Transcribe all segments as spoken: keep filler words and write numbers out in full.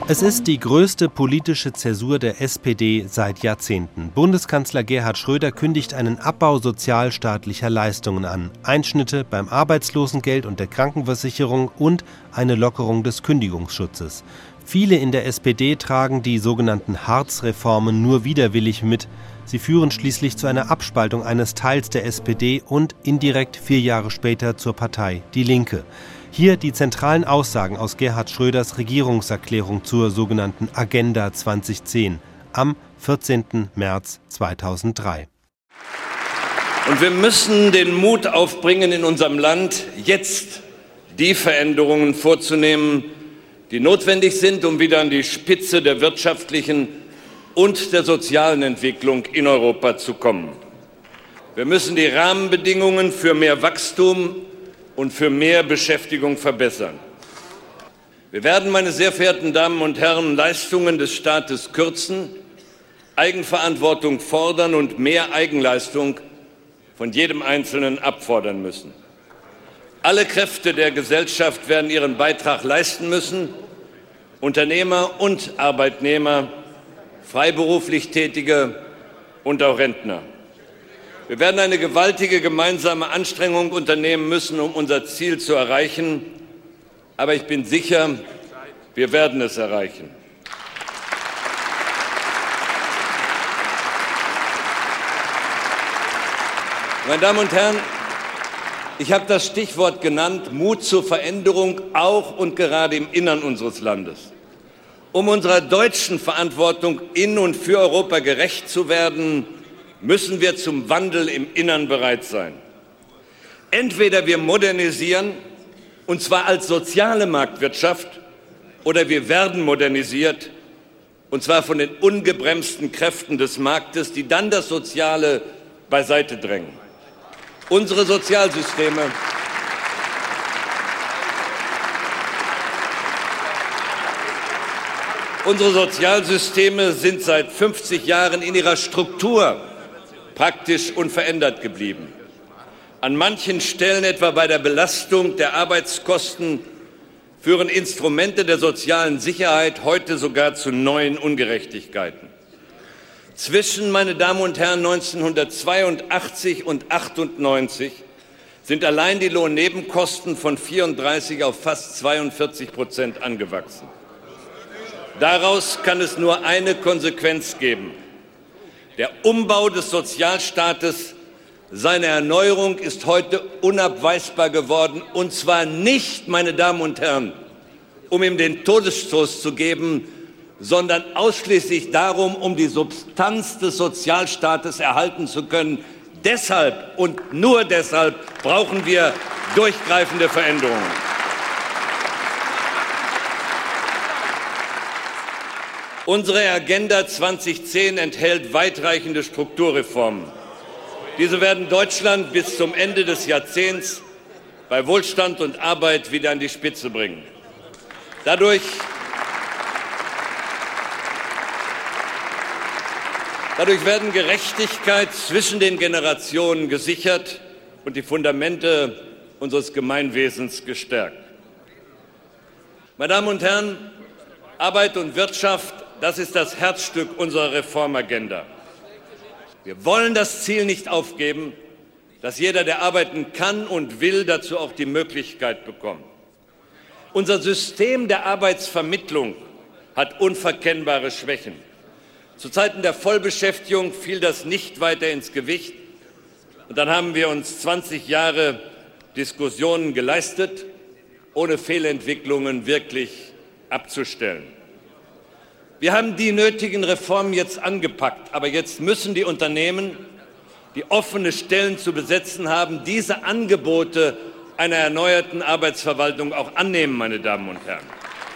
Es ist die größte politische Zäsur der S P D seit Jahrzehnten. Bundeskanzler Gerhard Schröder kündigt einen Abbau sozialstaatlicher Leistungen an, Einschnitte beim Arbeitslosengeld und der Krankenversicherung und eine Lockerung des Kündigungsschutzes. Viele in der S P D tragen die sogenannten Hartz-Reformen nur widerwillig mit. Sie führen schließlich zu einer Abspaltung eines Teils der S P D und indirekt vier Jahre später zur Partei Die Linke. Hier die zentralen Aussagen aus Gerhard Schröders Regierungserklärung zur sogenannten Agenda zwanzig zehn am vierzehnten März zweitausenddrei. Und wir müssen den Mut aufbringen, in unserem Land jetzt die Veränderungen vorzunehmen, die notwendig sind, um wieder an die Spitze der wirtschaftlichen und der sozialen Entwicklung in Europa zu kommen. Wir müssen die Rahmenbedingungen für mehr Wachstum und für mehr Beschäftigung verbessern. Wir werden, meine sehr verehrten Damen und Herren, Leistungen des Staates kürzen, Eigenverantwortung fordern und mehr Eigenleistung von jedem Einzelnen abfordern müssen. Alle Kräfte der Gesellschaft werden ihren Beitrag leisten müssen, Unternehmer und Arbeitnehmer, freiberuflich Tätige und auch Rentner. Wir werden eine gewaltige gemeinsame Anstrengung unternehmen müssen, um unser Ziel zu erreichen. Aber ich bin sicher, wir werden es erreichen. Meine Damen und Herren, ich habe das Stichwort genannt, Mut zur Veränderung, auch und gerade im Innern unseres Landes. Um unserer deutschen Verantwortung in und für Europa gerecht zu werden, müssen wir zum Wandel im Innern bereit sein. Entweder wir modernisieren, und zwar als soziale Marktwirtschaft, oder wir werden modernisiert, und zwar von den ungebremsten Kräften des Marktes, die dann das Soziale beiseite drängen. Unsere Sozialsysteme Unsere Sozialsysteme sind seit fünfzig Jahren in ihrer Struktur praktisch unverändert geblieben. An manchen Stellen, etwa bei der Belastung der Arbeitskosten, führen Instrumente der sozialen Sicherheit heute sogar zu neuen Ungerechtigkeiten. Zwischen, meine Damen und Herren, neunzehnhundertzweiundachtzig und achtundneunzig sind allein die Lohnnebenkosten von vierunddreißig auf fast zweiundvierzig Prozent angewachsen. Daraus kann es nur eine Konsequenz geben. Der Umbau des Sozialstaates, seine Erneuerung ist heute unabweisbar geworden, und zwar nicht, meine Damen und Herren, um ihm den Todesstoß zu geben, sondern ausschließlich darum, um die Substanz des Sozialstaates erhalten zu können. Deshalb und nur deshalb brauchen wir durchgreifende Veränderungen. Unsere Agenda zwanzig zehn enthält weitreichende Strukturreformen. Diese werden Deutschland bis zum Ende des Jahrzehnts bei Wohlstand und Arbeit wieder an die Spitze bringen. Dadurch, dadurch werden Gerechtigkeit zwischen den Generationen gesichert und die Fundamente unseres Gemeinwesens gestärkt. Meine Damen und Herren, Arbeit und Wirtschaft, das ist das Herzstück unserer Reformagenda. Wir wollen das Ziel nicht aufgeben, dass jeder, der arbeiten kann und will, dazu auch die Möglichkeit bekommt. Unser System der Arbeitsvermittlung hat unverkennbare Schwächen. Zu Zeiten der Vollbeschäftigung fiel das nicht weiter ins Gewicht. Und dann haben wir uns zwanzig Jahre Diskussionen geleistet, ohne Fehlentwicklungen wirklich abzustellen. Wir haben die nötigen Reformen jetzt angepackt, aber jetzt müssen die Unternehmen, die offene Stellen zu besetzen haben, diese Angebote einer erneuerten Arbeitsverwaltung auch annehmen, meine Damen und Herren.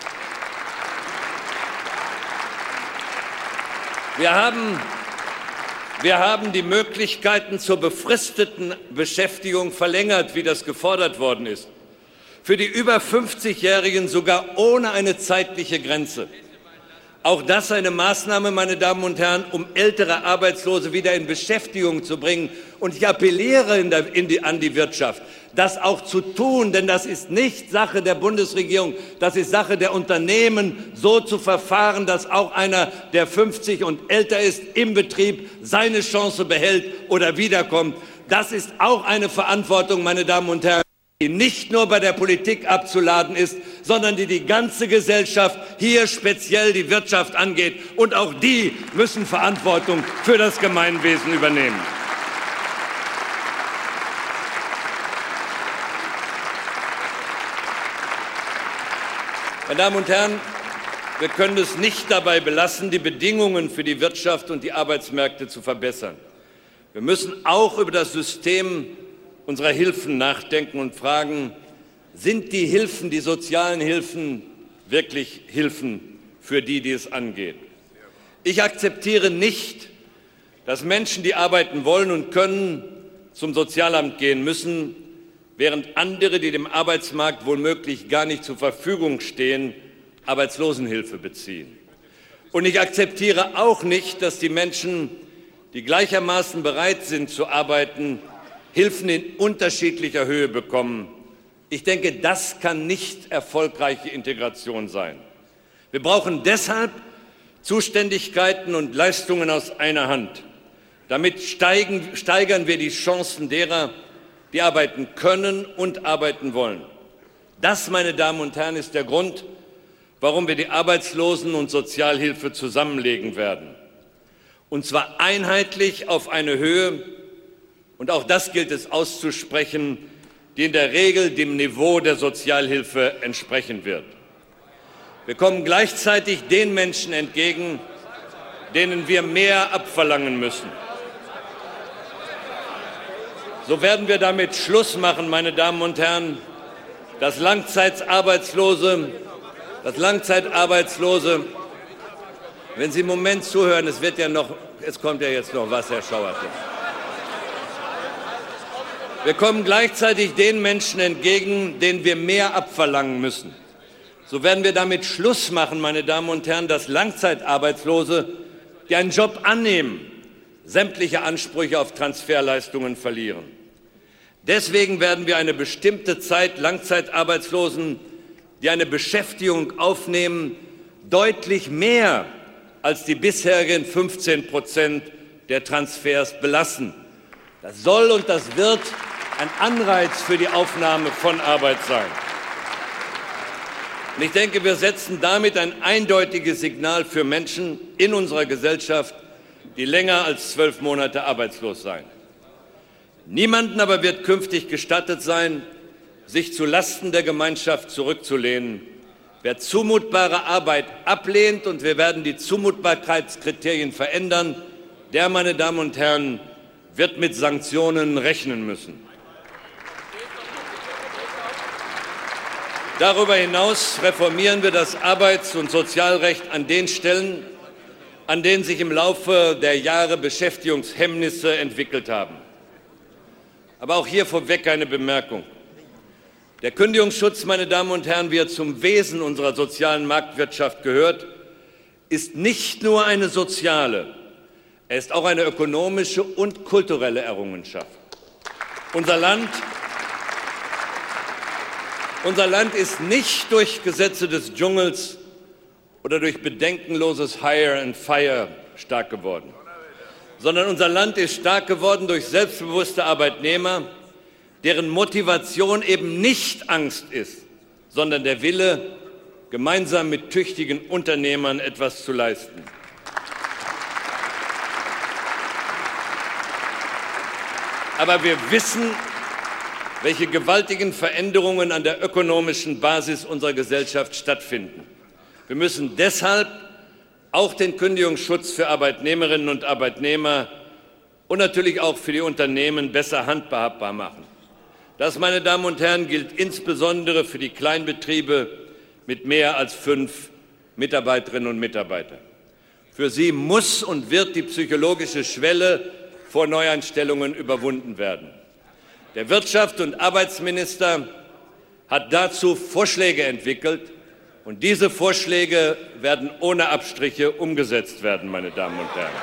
Wir haben, wir haben die Möglichkeiten zur befristeten Beschäftigung verlängert, wie das gefordert worden ist. Für die über fünfzigjährigen sogar ohne eine zeitliche Grenze. Auch das eine Maßnahme, meine Damen und Herren, um ältere Arbeitslose wieder in Beschäftigung zu bringen. Und ich appelliere in der, in die, an die Wirtschaft, das auch zu tun, denn das ist nicht Sache der Bundesregierung, das ist Sache der Unternehmen, so zu verfahren, dass auch einer, der fünfzig und älter ist, im Betrieb seine Chance behält oder wiederkommt. Das ist auch eine Verantwortung, meine Damen und Herren, die nicht nur bei der Politik abzuladen ist, sondern die die ganze Gesellschaft, hier speziell die Wirtschaft angeht. Und auch die müssen Verantwortung für das Gemeinwesen übernehmen. Meine Damen und Herren, wir können es nicht dabei belassen, die Bedingungen für die Wirtschaft und die Arbeitsmärkte zu verbessern. Wir müssen auch über das System unserer Hilfen nachdenken und fragen, sind die Hilfen, die sozialen Hilfen, wirklich Hilfen für die, die es angeht? Ich akzeptiere nicht, dass Menschen, die arbeiten wollen und können, zum Sozialamt gehen müssen, während andere, die dem Arbeitsmarkt womöglich gar nicht zur Verfügung stehen, Arbeitslosenhilfe beziehen. Und ich akzeptiere auch nicht, dass die Menschen, die gleichermaßen bereit sind zu arbeiten, Hilfen in unterschiedlicher Höhe bekommen. Ich denke, das kann nicht erfolgreiche Integration sein. Wir brauchen deshalb Zuständigkeiten und Leistungen aus einer Hand. Damit steigen, steigern wir die Chancen derer, die arbeiten können und arbeiten wollen. Das, meine Damen und Herren, ist der Grund, warum wir die Arbeitslosen- und Sozialhilfe zusammenlegen werden. Und zwar einheitlich auf eine Höhe, und auch das gilt es auszusprechen, die in der Regel dem Niveau der Sozialhilfe entsprechen wird. Wir kommen gleichzeitig den Menschen entgegen, denen wir mehr abverlangen müssen. So werden wir damit Schluss machen, meine Damen und Herren, dass Langzeitarbeitslose, dass Langzeitarbeitslose, wenn Sie einen Moment zuhören, es wird ja noch, es kommt ja jetzt noch was, Herr Schauerte. Wir kommen gleichzeitig den Menschen entgegen, denen wir mehr abverlangen müssen. So werden wir damit Schluss machen, meine Damen und Herren, dass Langzeitarbeitslose, die einen Job annehmen, sämtliche Ansprüche auf Transferleistungen verlieren. Deswegen werden wir eine bestimmte Zeit Langzeitarbeitslosen, die eine Beschäftigung aufnehmen, deutlich mehr als die bisherigen fünfzehn Prozent der Transfers belassen. Das soll und das wird ein Anreiz für die Aufnahme von Arbeit sein. Und ich denke, wir setzen damit ein eindeutiges Signal für Menschen in unserer Gesellschaft, die länger als zwölf Monate arbeitslos seien. Niemandem aber wird künftig gestattet sein, sich zu Lasten der Gemeinschaft zurückzulehnen. Wer zumutbare Arbeit ablehnt, und wir werden die Zumutbarkeitskriterien verändern, der, meine Damen und Herren, wird mit Sanktionen rechnen müssen. Darüber hinaus reformieren wir das Arbeits- und Sozialrecht an den Stellen, an denen sich im Laufe der Jahre Beschäftigungshemmnisse entwickelt haben. Aber auch hier vorweg eine Bemerkung. Der Kündigungsschutz, meine Damen und Herren, wie er zum Wesen unserer sozialen Marktwirtschaft gehört, ist nicht nur eine soziale, er ist auch eine ökonomische und kulturelle Errungenschaft. Unser Land, unser Land ist nicht durch Gesetze des Dschungels oder durch bedenkenloses Hire and Fire stark geworden, sondern unser Land ist stark geworden durch selbstbewusste Arbeitnehmer, deren Motivation eben nicht Angst ist, sondern der Wille, gemeinsam mit tüchtigen Unternehmern etwas zu leisten. Aber wir wissen, welche gewaltigen Veränderungen an der ökonomischen Basis unserer Gesellschaft stattfinden. Wir müssen deshalb auch den Kündigungsschutz für Arbeitnehmerinnen und Arbeitnehmer und natürlich auch für die Unternehmen besser handhabbar machen. Das, meine Damen und Herren, gilt insbesondere für die Kleinbetriebe mit mehr als fünf Mitarbeiterinnen und Mitarbeitern. Für sie muss und wird die psychologische Schwelle vor Neueinstellungen überwunden werden. Der Wirtschafts- und Arbeitsminister hat dazu Vorschläge entwickelt, und diese Vorschläge werden ohne Abstriche umgesetzt werden, meine Damen und Herren.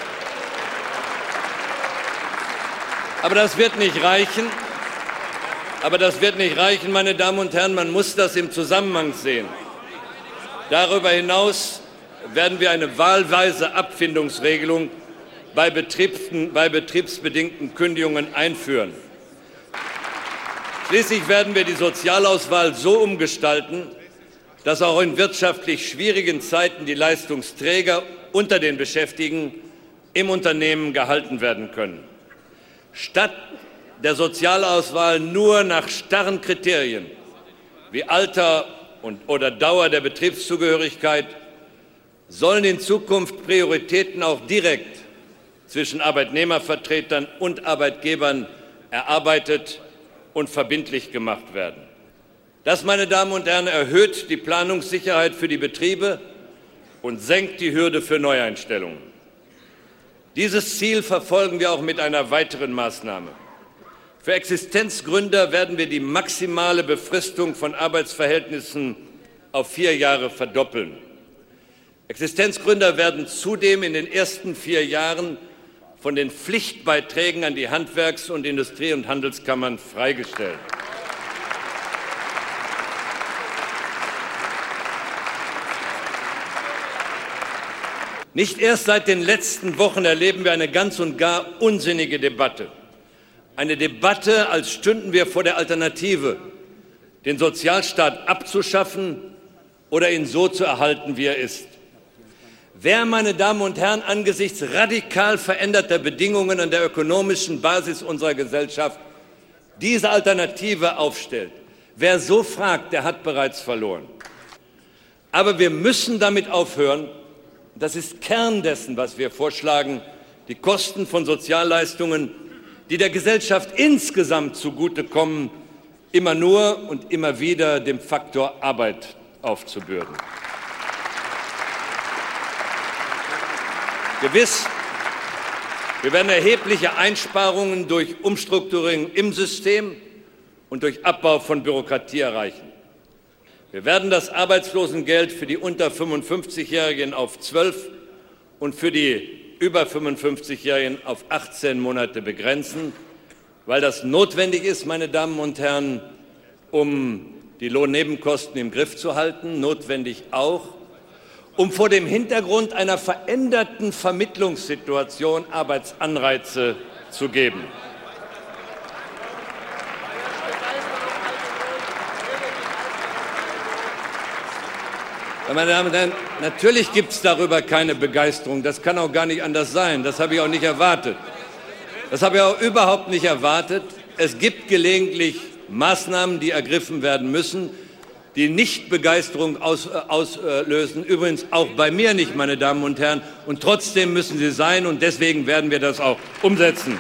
Aber das wird nicht reichen. Aber das wird nicht reichen, meine Damen und Herren, man muss das im Zusammenhang sehen. Darüber hinaus werden wir eine wahlweise Abfindungsregelung bei, bei betriebsbedingten Kündigungen einführen. Schließlich werden wir die Sozialauswahl so umgestalten, dass auch in wirtschaftlich schwierigen Zeiten die Leistungsträger unter den Beschäftigten im Unternehmen gehalten werden können. Statt der Sozialauswahl nur nach starren Kriterien wie Alter und, oder Dauer der Betriebszugehörigkeit sollen in Zukunft Prioritäten auch direkt zwischen Arbeitnehmervertretern und Arbeitgebern erarbeitet und verbindlich gemacht werden. Das, meine Damen und Herren, erhöht die Planungssicherheit für die Betriebe und senkt die Hürde für Neueinstellungen. Dieses Ziel verfolgen wir auch mit einer weiteren Maßnahme. Für Existenzgründer werden wir die maximale Befristung von Arbeitsverhältnissen auf vier Jahre verdoppeln. Existenzgründer werden zudem in den ersten vier Jahren von den Pflichtbeiträgen an die Handwerks- und Industrie- und Handelskammern freigestellt. Nicht erst seit den letzten Wochen erleben wir eine ganz und gar unsinnige Debatte. Eine Debatte, als stünden wir vor der Alternative, den Sozialstaat abzuschaffen oder ihn so zu erhalten, wie er ist. Wer, meine Damen und Herren, angesichts radikal veränderter Bedingungen an der ökonomischen Basis unserer Gesellschaft diese Alternative aufstellt, wer so fragt, der hat bereits verloren. Aber wir müssen damit aufhören, das ist Kern dessen, was wir vorschlagen, die Kosten von Sozialleistungen, die der Gesellschaft insgesamt zugutekommen, immer nur und immer wieder dem Faktor Arbeit aufzubürden. Gewiss, wir werden erhebliche Einsparungen durch Umstrukturierung im System und durch Abbau von Bürokratie erreichen. Wir werden das Arbeitslosengeld für die unter fünfundfünfzigjährigen auf zwölf und für die über fünfundfünfzigjährigen auf achtzehn Monate begrenzen, weil das notwendig ist, meine Damen und Herren, um die Lohnnebenkosten im Griff zu halten, notwendig auch, um vor dem Hintergrund einer veränderten Vermittlungssituation Arbeitsanreize zu geben. Meine Damen und Herren, natürlich gibt es darüber keine Begeisterung. Das kann auch gar nicht anders sein. Das habe ich auch nicht erwartet. Das habe ich auch überhaupt nicht erwartet. Es gibt gelegentlich Maßnahmen, die ergriffen werden müssen, die nicht Begeisterung aus, äh, auslösen. Übrigens auch bei mir nicht, meine Damen und Herren. Und trotzdem müssen sie sein. Und deswegen werden wir das auch umsetzen.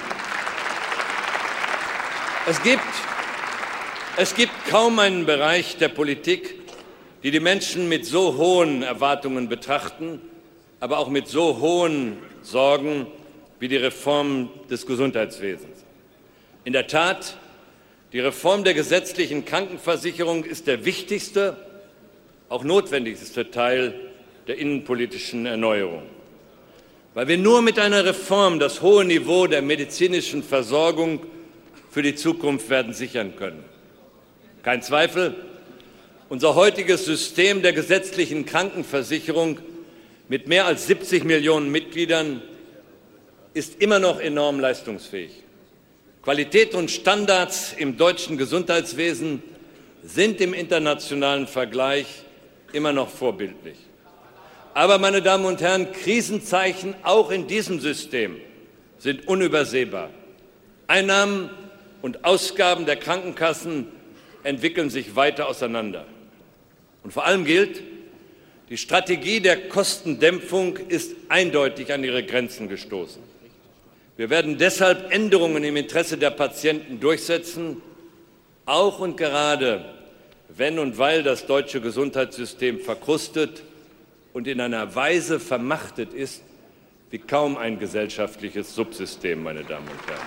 Es gibt, es gibt kaum einen Bereich der Politik, die die Menschen mit so hohen Erwartungen betrachten, aber auch mit so hohen Sorgen wie die Reform des Gesundheitswesens. In der Tat, die Reform der gesetzlichen Krankenversicherung ist der wichtigste, auch notwendigste Teil der innenpolitischen Erneuerung. Weil wir nur mit einer Reform das hohe Niveau der medizinischen Versorgung für die Zukunft werden sichern können. Kein Zweifel, unser heutiges System der gesetzlichen Krankenversicherung mit mehr als siebzig Millionen Mitgliedern ist immer noch enorm leistungsfähig. Qualität und Standards im deutschen Gesundheitswesen sind im internationalen Vergleich immer noch vorbildlich. Aber, meine Damen und Herren, Krisenzeichen auch in diesem System sind unübersehbar. Einnahmen und Ausgaben der Krankenkassen entwickeln sich weiter auseinander. Und vor allem gilt, die Strategie der Kostendämpfung ist eindeutig an ihre Grenzen gestoßen. Wir werden deshalb Änderungen im Interesse der Patienten durchsetzen, auch und gerade wenn und weil das deutsche Gesundheitssystem verkrustet und in einer Weise vermachtet ist, wie kaum ein gesellschaftliches Subsystem, meine Damen und Herren.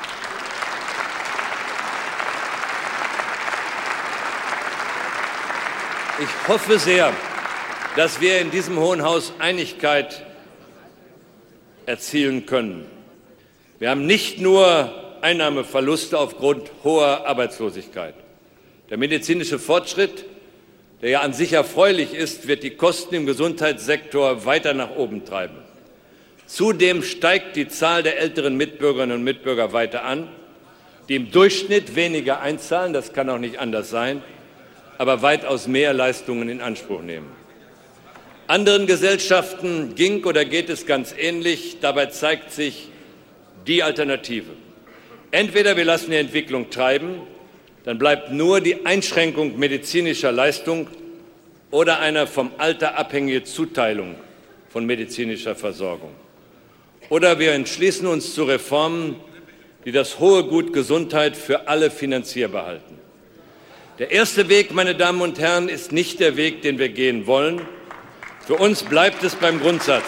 Ich hoffe sehr, dass wir in diesem Hohen Haus Einigkeit erzielen können. Wir haben nicht nur Einnahmeverluste aufgrund hoher Arbeitslosigkeit. Der medizinische Fortschritt, der ja an sich erfreulich ist, wird die Kosten im Gesundheitssektor weiter nach oben treiben. Zudem steigt die Zahl der älteren Mitbürgerinnen und Mitbürger weiter an, die im Durchschnitt weniger einzahlen, das kann auch nicht anders sein, aber weitaus mehr Leistungen in Anspruch nehmen. Anderen Gesellschaften ging oder geht es ganz ähnlich. Dabei zeigt sich die Alternative. Entweder wir lassen die Entwicklung treiben, dann bleibt nur die Einschränkung medizinischer Leistung oder eine vom Alter abhängige Zuteilung von medizinischer Versorgung. Oder wir entschließen uns zu Reformen, die das hohe Gut Gesundheit für alle finanzierbar halten. Der erste Weg, meine Damen und Herren, ist nicht der Weg, den wir gehen wollen. Für uns bleibt es beim Grundsatz.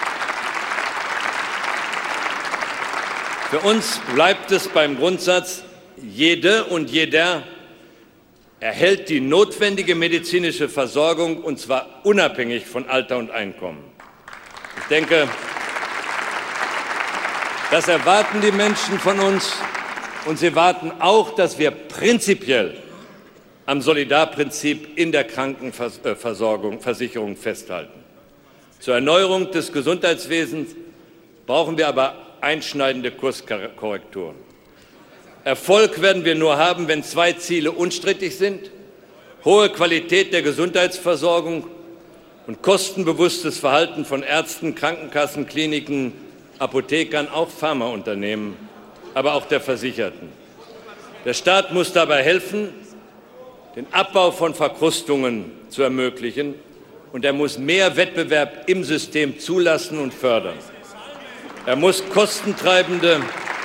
Für uns bleibt es beim Grundsatz, jede und jeder erhält die notwendige medizinische Versorgung, und zwar unabhängig von Alter und Einkommen. Ich denke, das erwarten die Menschen von uns, und sie erwarten auch, dass wir prinzipiell am Solidarprinzip in der Krankenversorgung, Versicherung festhalten. Zur Erneuerung des Gesundheitswesens brauchen wir aber einschneidende Kurskorrekturen. Erfolg werden wir nur haben, wenn zwei Ziele unstrittig sind: hohe Qualität der Gesundheitsversorgung und kostenbewusstes Verhalten von Ärzten, Krankenkassen, Kliniken, Apothekern, auch Pharmaunternehmen, aber auch der Versicherten. Der Staat muss dabei helfen, den Abbau von Verkrustungen zu ermöglichen, und er muss mehr Wettbewerb im System zulassen und fördern. Er muss kostentreibende,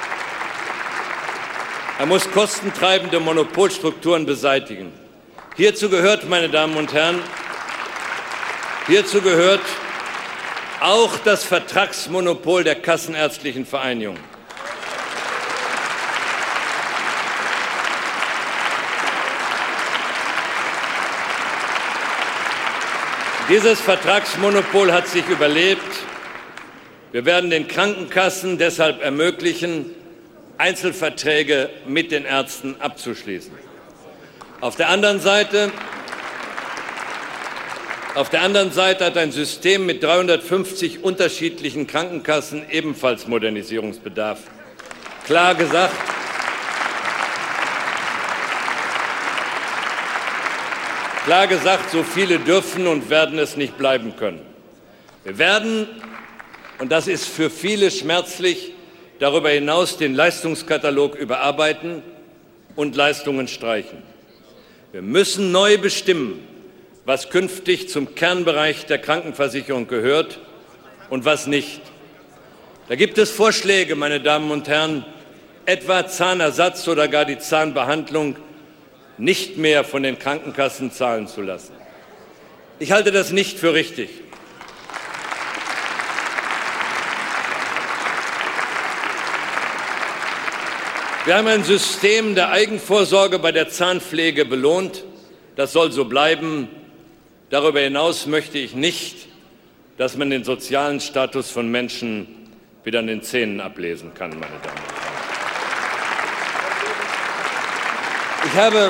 er muss kostentreibende Monopolstrukturen beseitigen. Hierzu gehört, meine Damen und Herren, hierzu gehört auch das Vertragsmonopol der Kassenärztlichen Vereinigung. Dieses Vertragsmonopol hat sich überlebt. Wir werden den Krankenkassen deshalb ermöglichen, Einzelverträge mit den Ärzten abzuschließen. Auf der anderen Seite, auf der anderen Seite hat ein System mit dreihundertfünfzig unterschiedlichen Krankenkassen ebenfalls Modernisierungsbedarf. Klar gesagt, Klar gesagt, so viele dürfen und werden es nicht bleiben können. Wir werden, und das ist für viele schmerzlich, darüber hinaus den Leistungskatalog überarbeiten und Leistungen streichen. Wir müssen neu bestimmen, was künftig zum Kernbereich der Krankenversicherung gehört und was nicht. Da gibt es Vorschläge, meine Damen und Herren, etwa Zahnersatz oder gar die Zahnbehandlung nicht mehr von den Krankenkassen zahlen zu lassen. Ich halte das nicht für richtig. Wir haben ein System der Eigenvorsorge bei der Zahnpflege belohnt. Das soll so bleiben. Darüber hinaus möchte ich nicht, dass man den sozialen Status von Menschen wieder an den Zähnen ablesen kann, meine Damen und Herren. Ich habe,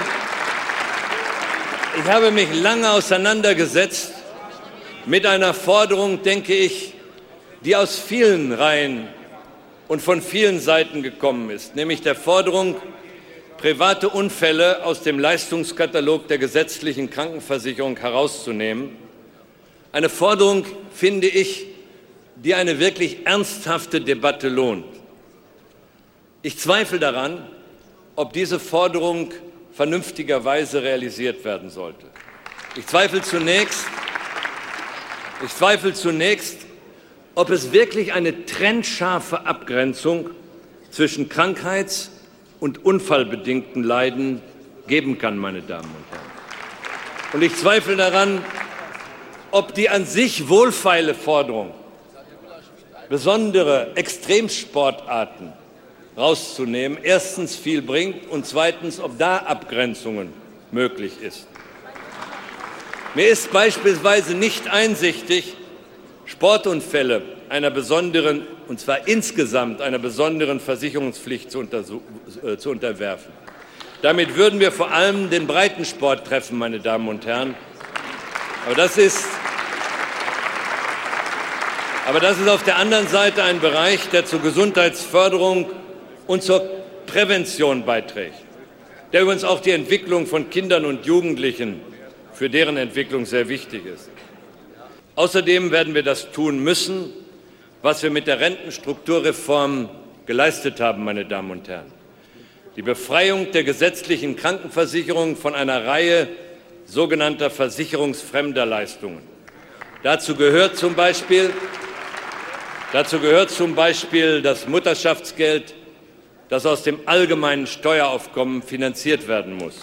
ich habe mich lange auseinandergesetzt mit einer Forderung, denke ich, die aus vielen Reihen und von vielen Seiten gekommen ist, nämlich der Forderung, private Unfälle aus dem Leistungskatalog der gesetzlichen Krankenversicherung herauszunehmen. Eine Forderung, finde ich, die eine wirklich ernsthafte Debatte lohnt. Ich zweifle daran, ob diese Forderung vernünftigerweise realisiert werden sollte. Ich zweifle zunächst, ich zweifle zunächst, ob es wirklich eine trennscharfe Abgrenzung zwischen krankheits- und unfallbedingten Leiden geben kann, meine Damen und Herren. Und ich zweifle daran, ob die an sich wohlfeile Forderung, besondere Extremsportarten rauszunehmen, erstens viel bringt und zweitens, ob da Abgrenzungen möglich ist. Mir ist beispielsweise nicht einsichtig, Sportunfälle einer besonderen, und zwar insgesamt einer besonderen Versicherungspflicht zu, äh, zu unterwerfen. Damit würden wir vor allem den Breitensport treffen, meine Damen und Herren. Aber das ist, aber das ist auf der anderen Seite ein Bereich, der zur Gesundheitsförderung und zur Prävention beiträgt, der übrigens auch die Entwicklung von Kindern und Jugendlichen, für deren Entwicklung sehr wichtig ist. Außerdem werden wir das tun müssen, was wir mit der Rentenstrukturreform geleistet haben, meine Damen und Herren. Die Befreiung der gesetzlichen Krankenversicherung von einer Reihe sogenannter versicherungsfremder Leistungen. Dazu gehört zum Beispiel, dazu gehört zum Beispiel das Mutterschaftsgeld, das aus dem allgemeinen Steueraufkommen finanziert werden muss.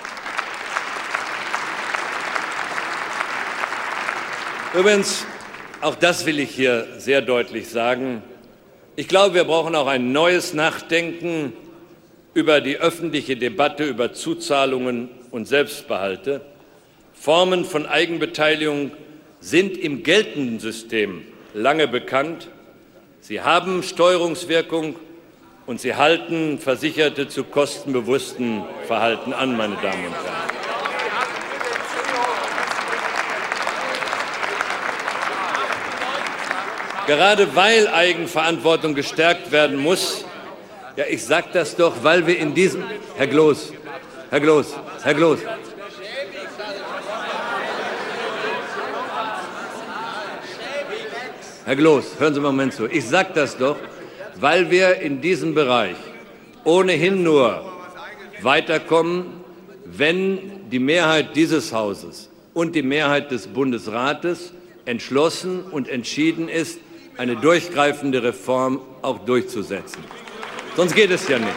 Übrigens, auch das will ich hier sehr deutlich sagen, ich glaube, wir brauchen auch ein neues Nachdenken über die öffentliche Debatte über Zuzahlungen und Selbstbehalte. Formen von Eigenbeteiligung sind im geltenden System lange bekannt. Sie haben Steuerungswirkung und sie halten Versicherte zu kostenbewusstem Verhalten an, meine Damen und Herren. Gerade weil Eigenverantwortung gestärkt werden muss, ja, ich sage das doch, weil wir in diesem... Herr Gloos, Herr Gloos, Herr Gloos. Herr Gloos, hören Sie mal einen Moment zu. Ich sage das doch, weil wir in diesem Bereich ohnehin nur weiterkommen, wenn die Mehrheit dieses Hauses und die Mehrheit des Bundesrates entschlossen und entschieden ist, eine durchgreifende Reform auch durchzusetzen. Sonst geht es ja nicht.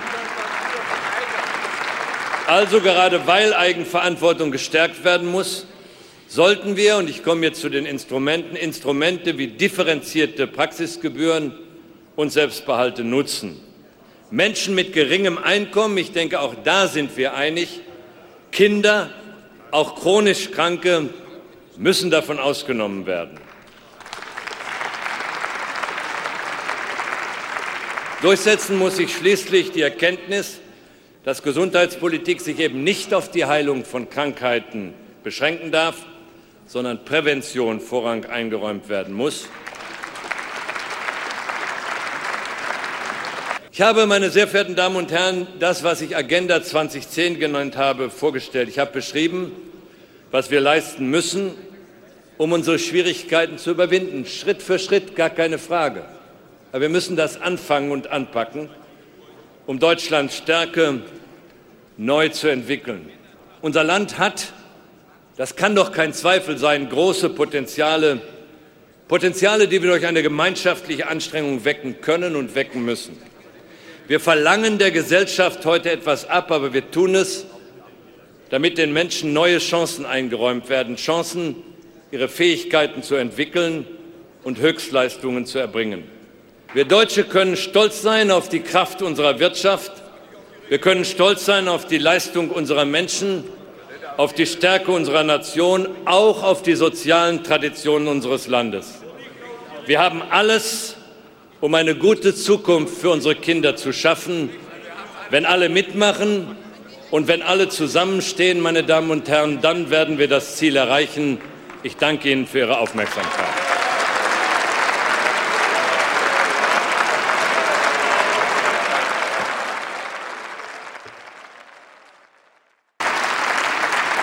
Also gerade weil Eigenverantwortung gestärkt werden muss, sollten wir, und ich komme jetzt zu den Instrumenten, Instrumente wie differenzierte Praxisgebühren und Selbstbehalte nutzen. Menschen mit geringem Einkommen, ich denke, auch da sind wir einig, Kinder, auch chronisch Kranke, müssen davon ausgenommen werden. Durchsetzen muss sich schließlich die Erkenntnis, dass Gesundheitspolitik sich eben nicht auf die Heilung von Krankheiten beschränken darf, sondern Prävention Vorrang eingeräumt werden muss. Ich habe, meine sehr verehrten Damen und Herren, das, was ich Agenda zweitausendzehn genannt habe, vorgestellt. Ich habe beschrieben, was wir leisten müssen, um unsere Schwierigkeiten zu überwinden. Schritt für Schritt, gar keine Frage. Aber wir müssen das anfangen und anpacken, um Deutschlands Stärke neu zu entwickeln. Unser Land hat, das kann doch kein Zweifel sein, große Potenziale, Potenziale, die wir durch eine gemeinschaftliche Anstrengung wecken können und wecken müssen. Wir verlangen der Gesellschaft heute etwas ab, aber wir tun es, damit den Menschen neue Chancen eingeräumt werden, Chancen, ihre Fähigkeiten zu entwickeln und Höchstleistungen zu erbringen. Wir Deutsche können stolz sein auf die Kraft unserer Wirtschaft. Wir können stolz sein auf die Leistung unserer Menschen, auf die Stärke unserer Nation, auch auf die sozialen Traditionen unseres Landes. Wir haben alles, um eine gute Zukunft für unsere Kinder zu schaffen. Wenn alle mitmachen und wenn alle zusammenstehen, meine Damen und Herren, dann werden wir das Ziel erreichen. Ich danke Ihnen für Ihre Aufmerksamkeit.